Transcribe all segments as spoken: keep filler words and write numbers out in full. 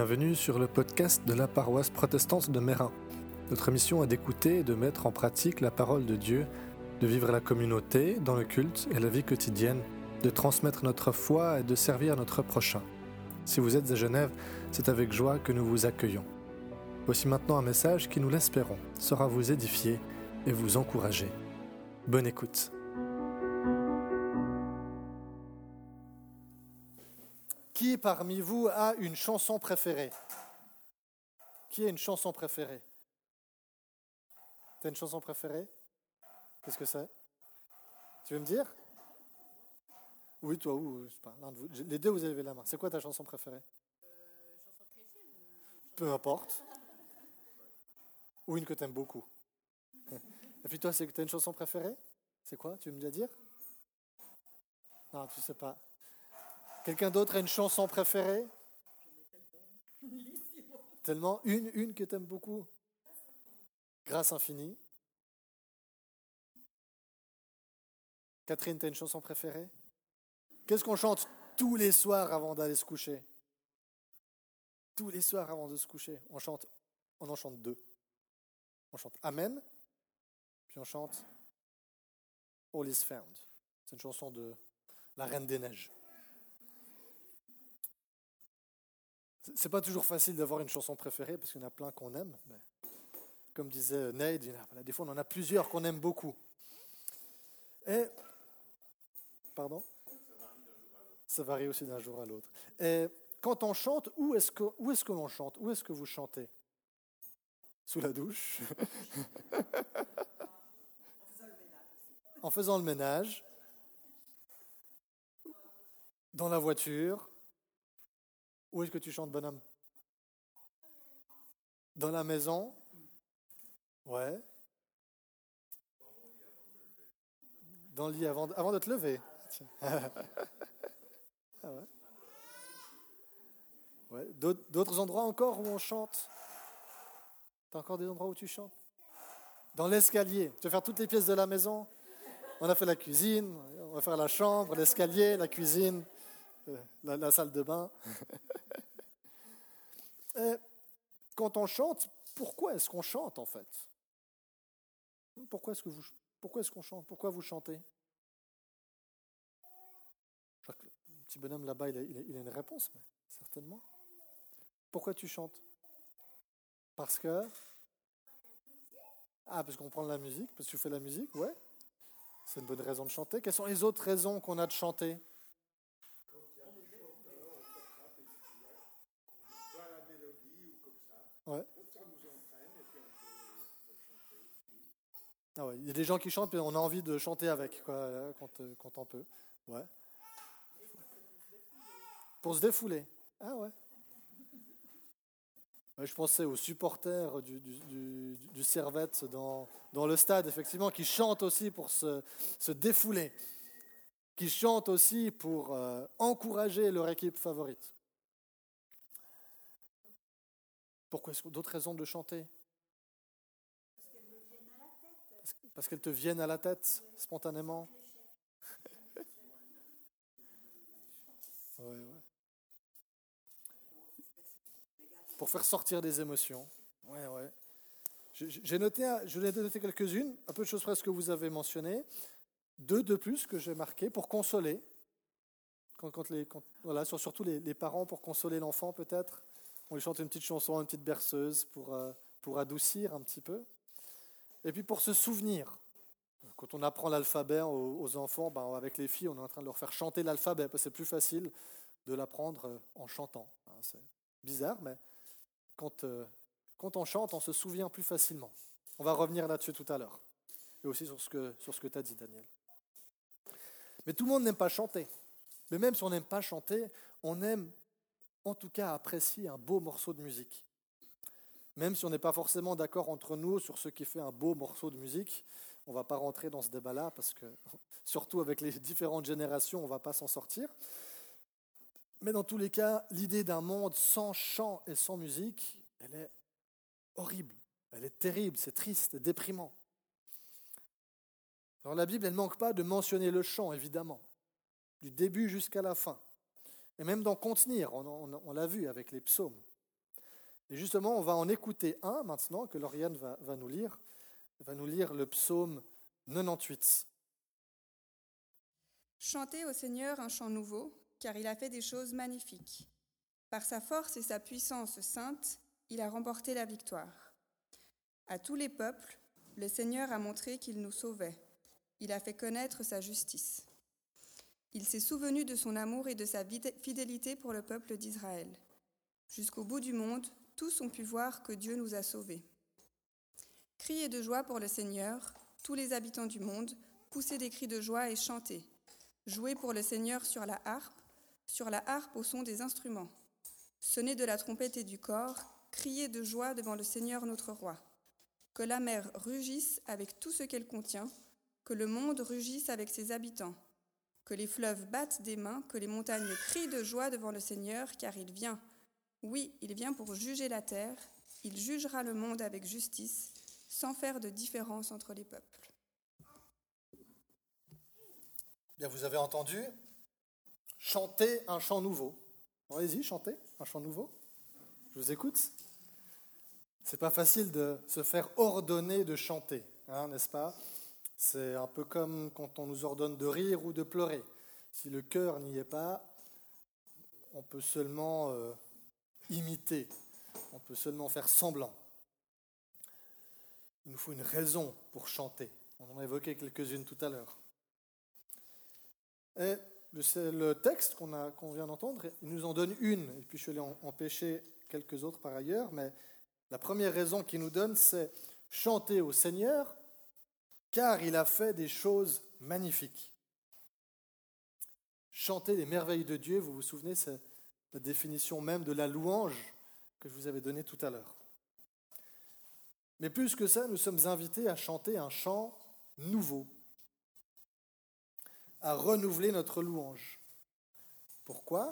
bienvenue sur le podcast de la paroisse protestante de Meyrin. Notre mission est d'écouter et de mettre en pratique la parole de Dieu, de vivre la communauté, dans le culte et la vie quotidienne, de transmettre notre foi et de servir notre prochain. Si vous êtes à Genève, c'est avec joie que nous vous accueillons. Voici maintenant un message qui, nous l'espérons, saura vous édifier et vous encourager. Bonne écoute. Qui parmi vous a une chanson préférée? Qui a une chanson préférée? Tu as une chanson préférée? Qu'est-ce que c'est? Tu veux me dire? Oui, toi, ou je sais pas, l'un de vous. Les deux, vous avez levé la main. C'est quoi ta chanson préférée? Euh, chanson chrétienne ou... Peu importe. Ou une que tu aimes beaucoup. Et puis toi, tu as une chanson préférée? C'est quoi? Tu veux me la dire? Non, tu sais pas. Quelqu'un d'autre a une chanson préférée? Tellement. Une, une que tu aimes beaucoup? Grâce infinie. Catherine, tu as une chanson préférée? Qu'est-ce qu'on chante tous les soirs avant d'aller se coucher? Tous les soirs avant de se coucher, on chante, on en chante deux. On chante Amen, puis on chante All is Found. C'est une chanson de la Reine des Neiges. C'est pas toujours facile d'avoir une chanson préférée parce qu'il y en a plein qu'on aime. Mais comme disait Nate, des fois on en a plusieurs qu'on aime beaucoup. Et pardon? Ça varie aussi d'un jour à l'autre. Et quand on chante, où est-ce que, où est-ce que l'on chante? Où est-ce que vous chantez? Sous la douche? En faisant le ménage? Dans la voiture? Où est-ce que tu chantes, bonhomme? Dans la maison? Ouais. Dans le lit avant de, avant de te lever? Ah ouais. Ouais. D'autres, d'autres endroits encore où on chante? T'as encore des endroits où tu chantes? Dans l'escalier. Tu vas faire toutes les pièces de la maison? On a fait la cuisine, on va faire la chambre, l'escalier, la cuisine, la, la salle de bain. Et quand on chante, pourquoi est-ce qu'on chante en fait? Pourquoi est-ce que vous, pourquoi est-ce qu'on chante? Pourquoi vous chantez? Je crois que le petit bonhomme là-bas, il a, il a une réponse, mais certainement. Pourquoi tu chantes? Parce que... Ah, parce qu'on prend de la musique, parce que tu fais de la musique, ouais. C'est une bonne raison de chanter. Quelles sont les autres raisons qu'on a de chanter? Ouais. Ah ouais, il y a des gens qui chantent et on a envie de chanter avec quoi, quand, quand on peut. Ouais. Pour se défouler. Ah ouais. Ouais, je pensais aux supporters du, du, du, du Servette dans, dans le stade, effectivement, qui chantent aussi pour se, se défouler, qui chantent aussi pour euh, encourager leur équipe favorite. Pourquoi est-ce que d'autres raisons de chanter? Parce qu'elles te viennent à la tête spontanément. Ouais, ouais. Pour faire sortir des émotions. Ouais, ouais. J'ai noté, je l'ai noté quelques-unes, un peu de choses presque que vous avez mentionnées. Deux de plus que j'ai marquées pour consoler. Quand, quand les, quand, voilà, surtout les, les parents pour consoler l'enfant peut-être. On lui chante une petite chanson, une petite berceuse pour, euh, pour adoucir un petit peu. Et puis pour se souvenir. Quand on apprend l'alphabet aux, aux enfants, ben avec les filles, on est en train de leur faire chanter l'alphabet, parce que c'est plus facile de l'apprendre en chantant. C'est bizarre, mais quand, euh, quand on chante, on se souvient plus facilement. On va revenir là-dessus tout à l'heure. Et aussi sur ce que, sur ce que tu as dit, Daniel. Mais tout le monde n'aime pas chanter. Mais même si on n'aime pas chanter, on aime en tout cas apprécier un beau morceau de musique. Même si on n'est pas forcément d'accord entre nous sur ce qui fait un beau morceau de musique, on ne va pas rentrer dans ce débat-là parce que, surtout avec les différentes générations, on ne va pas s'en sortir. Mais dans tous les cas, l'idée d'un monde sans chant et sans musique, elle est horrible, elle est terrible, c'est triste, déprimant. Alors la Bible, elle ne manque pas de mentionner le chant, évidemment, du début jusqu'à la fin. Et même d'en contenir, on, on, on l'a vu avec les psaumes. Et justement, on va en écouter un maintenant que Lauriane va, va nous lire. Elle va nous lire le psaume quatre-vingt-dix-huit. Chantez au Seigneur un chant nouveau, car il a fait des choses magnifiques. Par sa force et sa puissance sainte, il a remporté la victoire. À tous les peuples, le Seigneur a montré qu'il nous sauvait. Il a fait connaître sa justice. Il s'est souvenu de son amour et de sa fidélité pour le peuple d'Israël. Jusqu'au bout du monde, tous ont pu voir que Dieu nous a sauvés. Criez de joie pour le Seigneur, tous les habitants du monde, poussez des cris de joie et chantez. Jouez pour le Seigneur sur la harpe, sur la harpe au son des instruments. Sonnez de la trompette et du cor, criez de joie devant le Seigneur notre roi. Que la mer rugisse avec tout ce qu'elle contient, que le monde rugisse avec ses habitants. Que les fleuves battent des mains, que les montagnes crient de joie devant le Seigneur, car il vient. Oui, il vient pour juger la terre, il jugera le monde avec justice, sans faire de différence entre les peuples. Bien, vous avez entendu, chanter un chant nouveau. Allez-y, chantez un chant nouveau. Je vous écoute. C'est pas facile de se faire ordonner de chanter, hein, n'est-ce pas ? C'est un peu comme quand on nous ordonne de rire ou de pleurer. Si le cœur n'y est pas, on peut seulement euh, imiter, on peut seulement faire semblant. Il nous faut une raison pour chanter. On en a évoqué quelques-unes tout à l'heure. Et le, le texte qu'on, a, qu'on vient d'entendre, il nous en donne une, et puis je suis allé en, en pêcher quelques autres par ailleurs, mais la première raison qu'il nous donne, c'est chanter au Seigneur, car il a fait des choses magnifiques. Chanter les merveilles de Dieu, vous vous souvenez, c'est la définition même de la louange que je vous avais donnée tout à l'heure. Mais plus que ça, nous sommes invités à chanter un chant nouveau, à renouveler notre louange. Pourquoi ?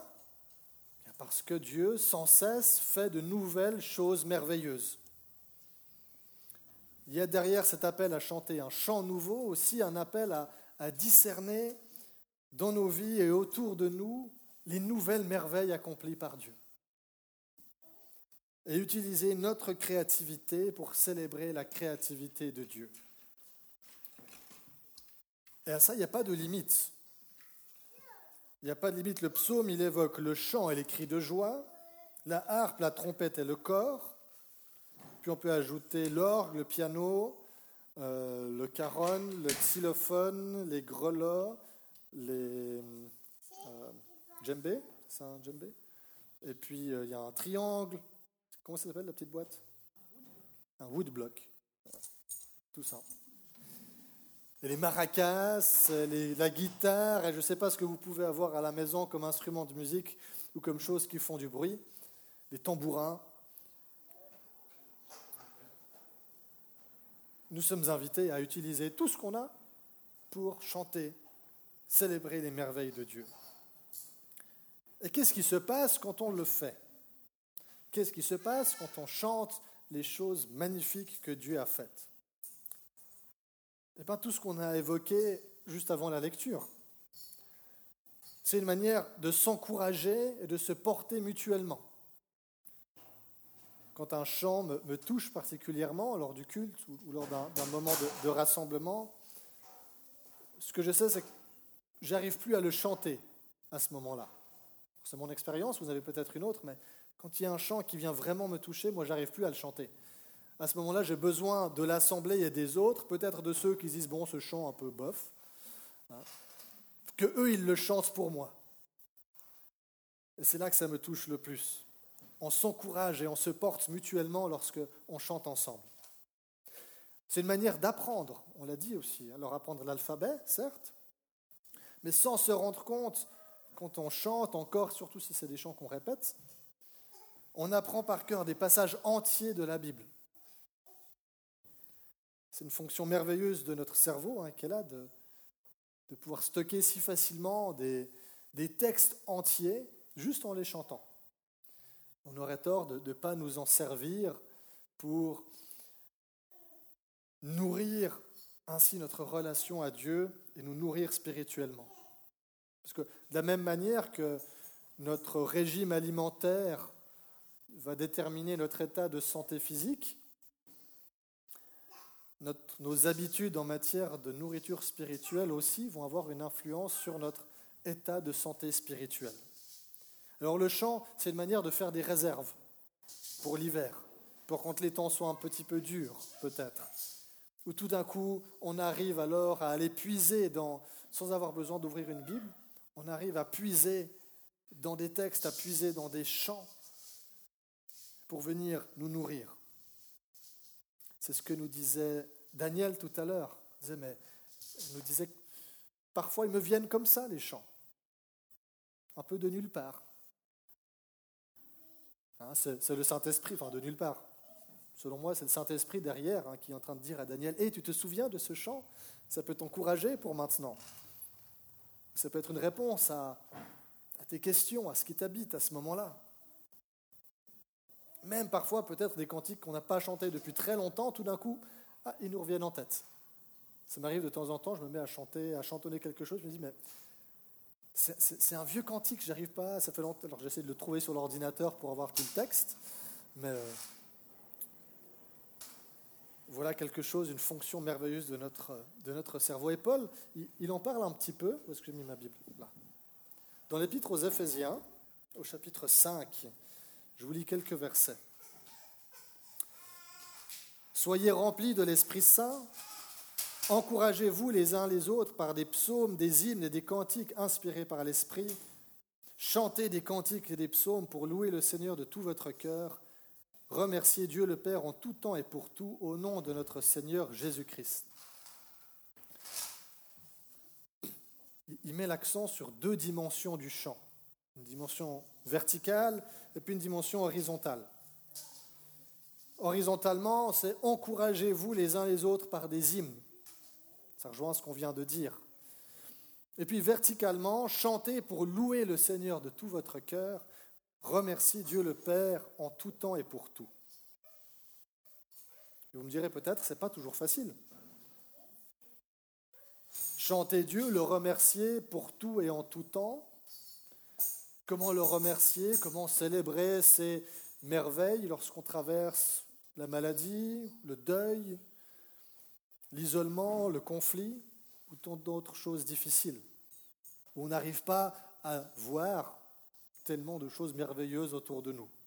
Bien parce que Dieu, sans cesse, fait de nouvelles choses merveilleuses. Il y a derrière cet appel à chanter un chant nouveau aussi un appel à, à discerner dans nos vies et autour de nous les nouvelles merveilles accomplies par Dieu. Et utiliser notre créativité pour célébrer la créativité de Dieu. Et à ça, il n'y a pas de limite. Il n'y a pas de limite. Le psaume, il évoque le chant et les cris de joie, la harpe, la trompette et le cor. Puis on peut ajouter l'orgue, le piano, euh, le caronne, le xylophone, les grelots, les euh, djembés, c'est un djembé. Et puis euh, il y a un triangle. Comment ça s'appelle la petite boîte ? Un woodblock. Tout ça. Et les maracas, les, la guitare, et je ne sais pas ce que vous pouvez avoir à la maison comme instrument de musique ou comme choses qui font du bruit. Les tambourins. Nous sommes invités à utiliser tout ce qu'on a pour chanter, célébrer les merveilles de Dieu. Et qu'est-ce qui se passe quand on le fait ? Qu'est-ce qui se passe quand on chante les choses magnifiques que Dieu a faites ? Eh bien, tout ce qu'on a évoqué juste avant la lecture. C'est une manière de s'encourager et de se porter mutuellement. Quand un chant me, me touche particulièrement lors du culte ou, ou lors d'un, d'un moment de, de rassemblement, ce que je sais, c'est que je n'arrive plus à le chanter à ce moment-là. C'est mon expérience, vous avez peut-être une autre, mais quand il y a un chant qui vient vraiment me toucher, moi, je n'arrive plus à le chanter. À ce moment-là, j'ai besoin de l'assemblée et des autres, peut-être de ceux qui disent, bon, ce chant un peu bof, hein, que eux, ils le chantent pour moi. Et c'est là que ça me touche le plus. On s'encourage et on se porte mutuellement lorsque on chante ensemble. C'est une manière d'apprendre, on l'a dit aussi. Alors apprendre l'alphabet, certes, mais sans se rendre compte, quand on chante encore, surtout si c'est des chants qu'on répète, on apprend par cœur des passages entiers de la Bible. C'est une fonction merveilleuse de notre cerveau hein, qu'elle a de, de pouvoir stocker si facilement des, des textes entiers juste en les chantant. On aurait tort de ne pas nous en servir pour nourrir ainsi notre relation à Dieu et nous nourrir spirituellement. Parce que de la même manière que notre régime alimentaire va déterminer notre état de santé physique, notre, nos habitudes en matière de nourriture spirituelle aussi vont avoir une influence sur notre état de santé spirituelle. Alors le chant, c'est une manière de faire des réserves pour l'hiver, pour quand les temps soient un petit peu durs, peut-être. Où tout d'un coup, on arrive alors à aller puiser, dans, sans avoir besoin d'ouvrir une Bible, on arrive à puiser dans des textes, à puiser dans des chants pour venir nous nourrir. C'est ce que nous disait Daniel tout à l'heure. Il disait, mais, il nous disait que parfois ils me viennent comme ça, les chants, un peu de nulle part. Hein, c'est, c'est le Saint-Esprit, enfin de nulle part. Selon moi, c'est le Saint-Esprit derrière hein, qui est en train de dire à Daniel, « Hé, hey, tu te souviens de ce chant ? Ça peut t'encourager pour maintenant. » Ça peut être une réponse à, à tes questions, à ce qui t'habite à ce moment-là. Même parfois, peut-être des cantiques qu'on n'a pas chantés depuis très longtemps, tout d'un coup, ah, ils nous reviennent en tête. Ça m'arrive de temps en temps, je me mets à chanter, à chantonner quelque chose, je me dis, mais c'est, c'est, c'est un vieux cantique, j'arrive pas, ça fait longtemps. Alors j'essaie de le trouver sur l'ordinateur pour avoir tout le texte, mais euh, voilà quelque chose, une fonction merveilleuse de notre, de notre cerveau. Et Paul, il, il en parle un petit peu, où est-ce que j'ai mis ma Bible ? Là. Dans l'Épître aux Éphésiens, au chapitre cinq, je vous lis quelques versets. « Soyez remplis de l'Esprit Saint, encouragez-vous les uns les autres par des psaumes, des hymnes et des cantiques inspirés par l'Esprit. Chantez des cantiques et des psaumes pour louer le Seigneur de tout votre cœur. Remerciez Dieu le Père en tout temps et pour tout, au nom de notre Seigneur Jésus-Christ. » Il met l'accent sur deux dimensions du chant. Une dimension verticale et puis une dimension horizontale. Horizontalement, c'est « encouragez-vous les uns les autres par des hymnes ». Ça rejoint ce qu'on vient de dire. Et puis verticalement, « chantez pour louer le Seigneur de tout votre cœur, remerciez Dieu le Père en tout temps et pour tout ». Et vous me direz peut-être, ce n'est pas toujours facile. Chanter Dieu, le remercier pour tout et en tout temps. Comment le remercier ? Comment célébrer ses merveilles lorsqu'on traverse la maladie, le deuil, l'isolement, le conflit ou tant d'autres choses difficiles où on n'arrive pas à voir tellement de choses merveilleuses autour de nous.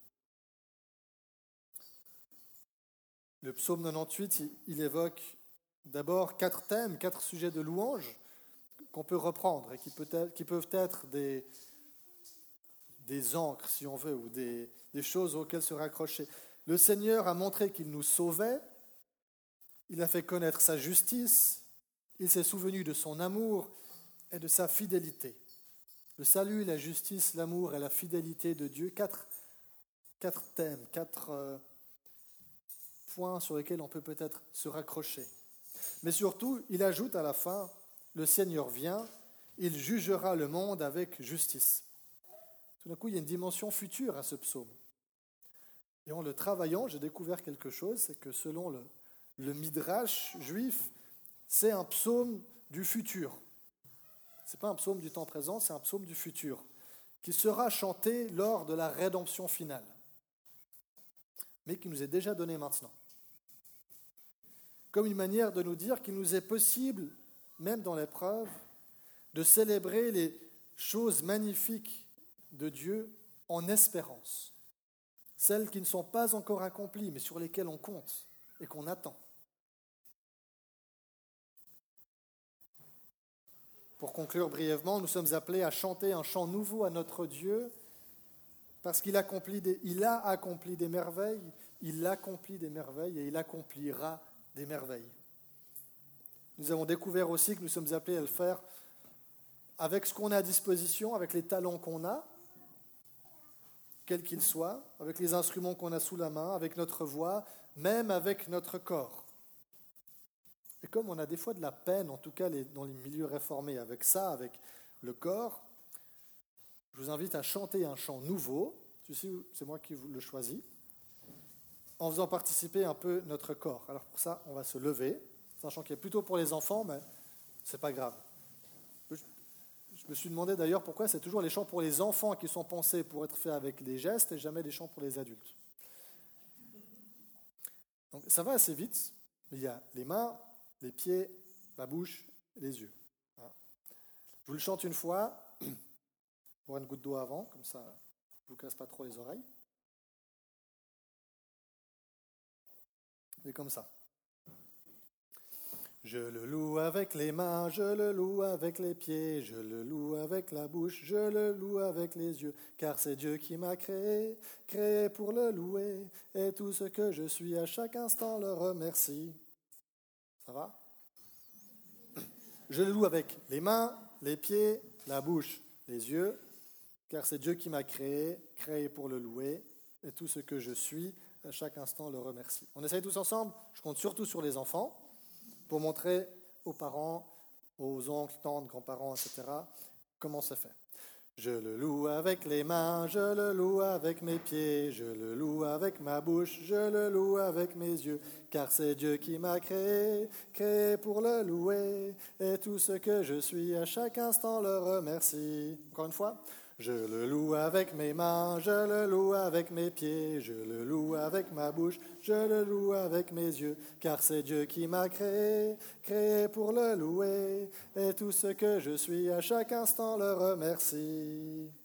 Le psaume quatre-vingt-dix-huit, il, il évoque d'abord quatre thèmes, quatre sujets de louange qu'on peut reprendre et qui, peut être, qui peuvent être des, des ancres, si on veut, ou des, des choses auxquelles se raccrocher. Le Seigneur a montré qu'il nous sauvait, il a fait connaître sa justice, il s'est souvenu de son amour et de sa fidélité. Le salut, la justice, l'amour et la fidélité de Dieu, quatre, quatre thèmes, quatre euh, points sur lesquels on peut peut-être se raccrocher. Mais surtout, il ajoute à la fin, le Seigneur vient, il jugera le monde avec justice. Tout d'un coup, il y a une dimension future à ce psaume. Et en le travaillant, j'ai découvert quelque chose, c'est que selon le, le Midrash juif, c'est un psaume du futur. Ce n'est pas un psaume du temps présent, c'est un psaume du futur, qui sera chanté lors de la rédemption finale, mais qui nous est déjà donné maintenant. Comme une manière de nous dire qu'il nous est possible, même dans l'épreuve, de célébrer les choses magnifiques de Dieu en espérance. Celles qui ne sont pas encore accomplies, mais sur lesquelles on compte et qu'on attend. Pour conclure brièvement, nous sommes appelés à chanter un chant nouveau à notre Dieu parce qu'il accomplit des, il a accompli des merveilles, il accomplit des merveilles et il accomplira des merveilles. Nous avons découvert aussi que nous sommes appelés à le faire avec ce qu'on a à disposition, avec les talents qu'on a, quels qu'ils soient, avec les instruments qu'on a sous la main, avec notre voix, même avec notre corps. Et comme on a des fois de la peine, en tout cas dans les milieux réformés, avec ça, avec le corps, je vous invite à chanter un chant nouveau, c'est moi qui vous le choisis, en faisant participer un peu notre corps. Alors pour ça, on va se lever. C'est un chant qui est plutôt pour les enfants, mais ce n'est pas grave. Je me suis demandé d'ailleurs pourquoi c'est toujours les chants pour les enfants qui sont pensés pour être faits avec des gestes et jamais des chants pour les adultes. Donc ça va assez vite, mais il y a les mains, les pieds, la bouche, les yeux. Je vous le chante une fois, pour une goutte d'eau avant, comme ça je ne vous casse pas trop les oreilles. Et comme ça. Je le loue avec les mains, je le loue avec les pieds, je le loue avec la bouche, je le loue avec les yeux, car c'est Dieu qui m'a créé, créé pour le louer, et tout ce que je suis à chaque instant le remercie. Ça va ? Je le loue avec les mains, les pieds, la bouche, les yeux, car c'est Dieu qui m'a créé, créé pour le louer, et tout ce que je suis à chaque instant le remercie. On essaye tous ensemble ? Je compte surtout sur les enfants, pour montrer aux parents, aux oncles, tantes, grands-parents, et cetera, comment c'est fait. Je le loue avec les mains, je le loue avec mes pieds, je le loue avec ma bouche, je le loue avec mes yeux, car c'est Dieu qui m'a créé, créé pour le louer, et tout ce que je suis à chaque instant le remercie. Encore une fois. Je le loue avec mes mains, je le loue avec mes pieds, je le loue avec ma bouche, je le loue avec mes yeux, car c'est Dieu qui m'a créé, créé pour le louer, et tout ce que je suis à chaque instant le remercie.